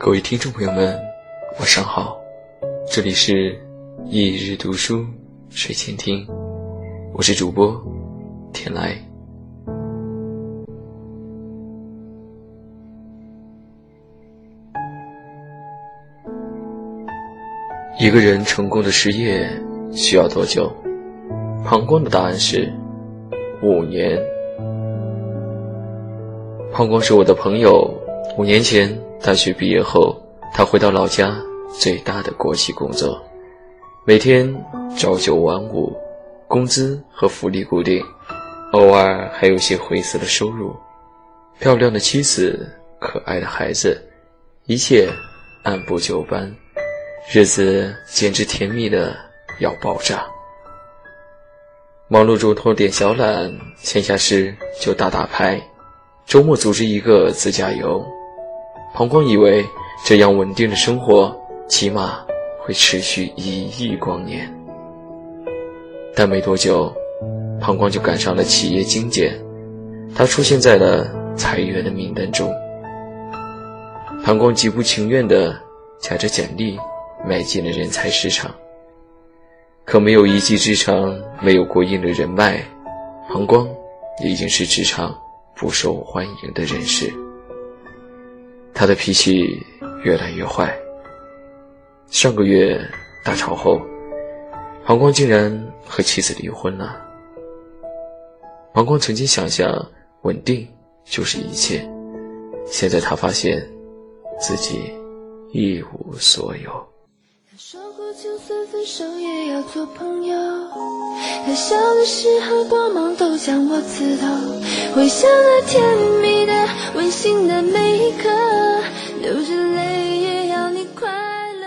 各位听众朋友们，晚上好，这里是一日读书睡前听，我是主播天来。一个人成功的事业需要多久？膀胱的答案是5年。膀胱是我的朋友，5年前大学毕业后，他回到老家最大的国企工作，每天朝9晚5，工资和福利固定，偶尔还有些灰色的收入，漂亮的妻子，可爱的孩子，一切按部就班，日子简直甜蜜的要爆炸。忙碌中偷点小懒，闲暇时就打打牌，周末组织一个自驾游。膀胱以为这样稳定的生活起码会持续1亿光年，但没多久，膀胱就赶上了企业精简，他出现在了裁员的名单中。膀胱极不情愿地夹着简历迈进了人才市场，可没有一技之长，没有过硬的人脉，膀胱已经是职场不受欢迎的人士。他的脾气越来越坏。上个月大吵后，膀胱竟然和妻子离婚了。膀胱曾经想象稳定就是一切，现在他发现自己一无所有。 他说过就算分手也要做朋友，他笑的时候多忙都将我刺透，回想那甜蜜的温馨的每一刻，流着泪也要你快乐。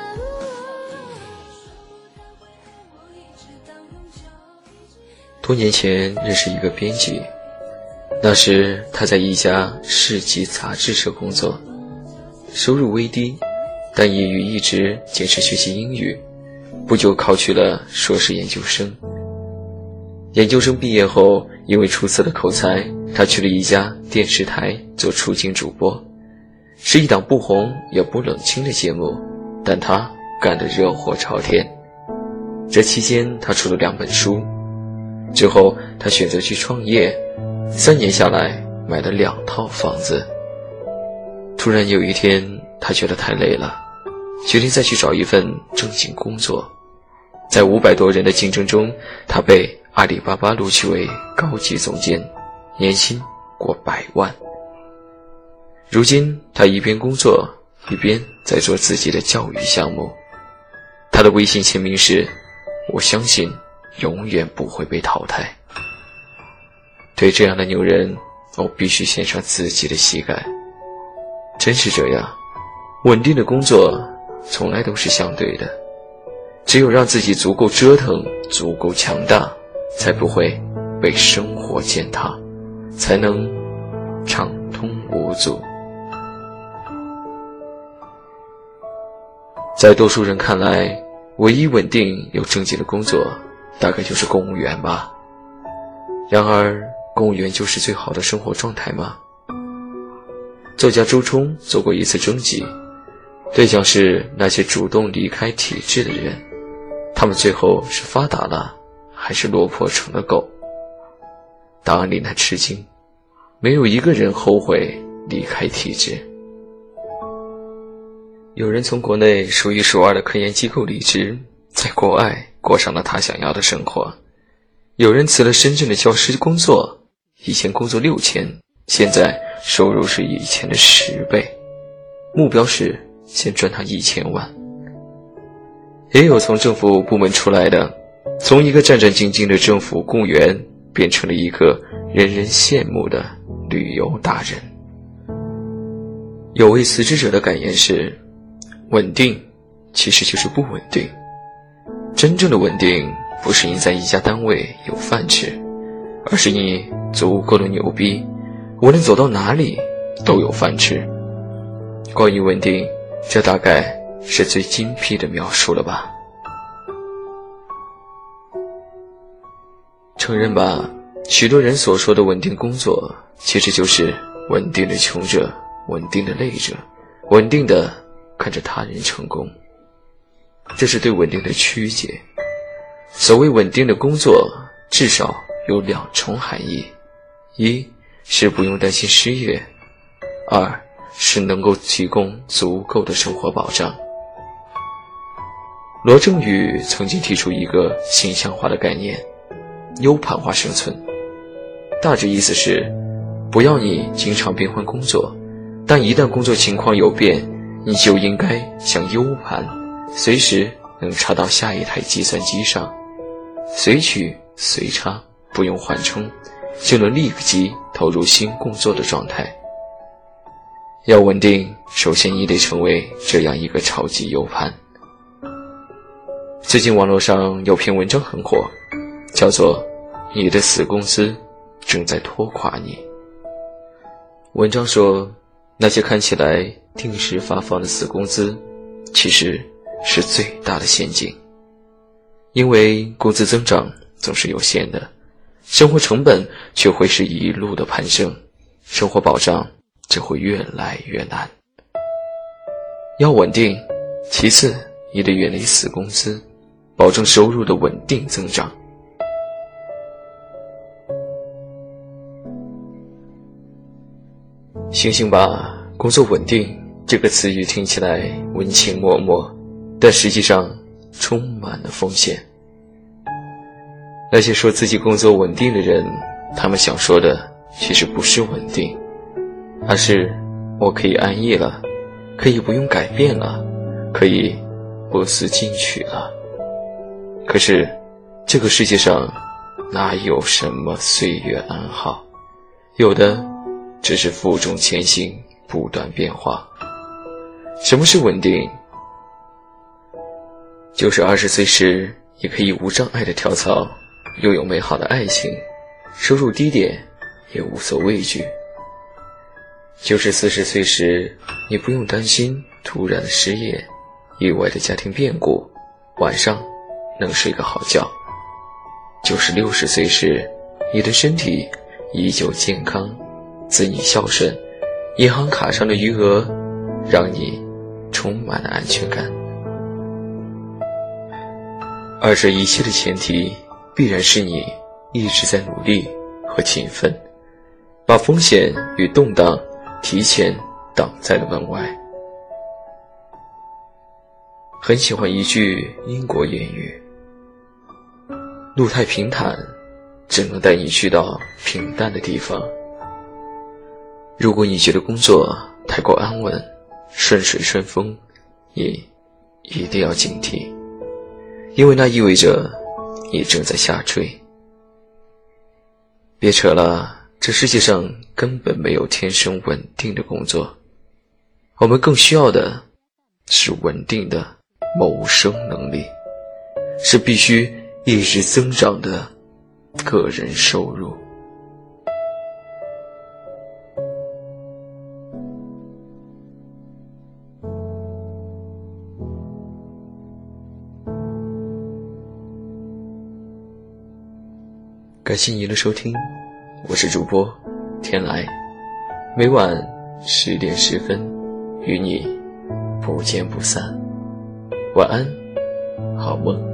多年前认识一个编辑，那时他在一家市级杂志社工作，收入微低，但业余一直坚持学习英语，不久考取了硕士研究生。研究生毕业后，因为出色的口才，他去了一家电视台做出镜主播，是一档不红也不冷清的节目，但他干得热火朝天。这期间他出了2本书，之后他选择去创业，3年下来买了2套房子。突然有一天，他觉得太累了，决定再去找一份正经工作。在500多人的竞争中，他被阿里巴巴录取为高级总监，年薪过100万。如今他一边工作，一边在做自己的教育项目。他的微信签名是：我相信永远不会被淘汰。对这样的牛人，我必须献上自己的膝盖。真是这样，稳定的工作从来都是相对的，只有让自己足够折腾，足够强大，才不会被生活践踏，才能畅通无阻。在多数人看来，唯一稳定又正经的工作大概就是公务员吧。然而公务员就是最好的生活状态吗？作家周冲做过一次征集，对象是那些主动离开体制的人，他们最后是发达了还是落魄成了狗？答案令他吃惊，没有一个人后悔离开体制。有人从国内数一数二的科研机构离职，在国外过上了他想要的生活。有人辞了深圳的教师工作，以前工作6000，现在收入是以前的10倍，目标是先赚他1000万。也有从政府部门出来的，从一个战战兢兢的政府公务员变成了一个人人羡慕的旅游达人。有位辞职者的感言是：稳定其实就是不稳定。真正的稳定不是你在一家单位有饭吃，而是你足够的牛逼，无论走到哪里都有饭吃。关于稳定，这大概是最精辟的描述了吧。承认吧，许多人所说的稳定工作，其实就是稳定的穷着，稳定的累着， 稳定的看着他人成功，这是对稳定的曲解。所谓稳定的工作，至少有两重含义：一是不用担心失业，二是能够提供足够的生活保障。罗振宇曾经提出一个形象化的概念，U盘化生存，大致意思是，不要你经常变换工作，但一旦工作情况有变，你就应该像 U 盘，随时能插到下一台计算机上，随取随插，不用缓冲，就能立即投入新工作的状态。要稳定，首先你得成为这样一个超级 U 盘。最近网络上有篇文章很火，叫做你的死公司正在拖垮你。文章说，那些看起来定时发放的死工资其实是最大的陷阱，因为工资增长总是有限的，生活成本却会是一路的攀升，生活保障就会越来越难。要稳定，其次你得远离死工资，保证收入的稳定增长。醒醒吧，工作稳定这个词语听起来温情脉脉，但实际上充满了风险。那些说自己工作稳定的人，他们想说的其实不是稳定，而是我可以安逸了，可以不用改变了，可以不思进取了。可是这个世界上哪有什么岁月安好，有的只是负重前行，不断变化。什么是稳定？就是20岁时你可以无障碍的跳槽，拥有美好的爱情，收入低点也无所畏惧。就是40岁时你不用担心突然的失业，意外的家庭变故，晚上能睡个好觉。就是60岁时你的身体依旧健康，子女孝顺，银行卡上的余额让你充满了安全感。而这一切的前提必然是你一直在努力和勤奋，把风险与动荡提前挡在了门外。很喜欢一句英国谚语，路太平坦，只能带你去到平淡的地方。如果你觉得工作太过安稳，顺水顺风，你一定要警惕，因为那意味着你正在下坠。别扯了，这世界上根本没有天生稳定的工作，我们更需要的是稳定的谋生能力，是必须一直增长的个人收入。感谢您的收听，我是主播天来，每晚10点10分与你不见不散。晚安，好梦。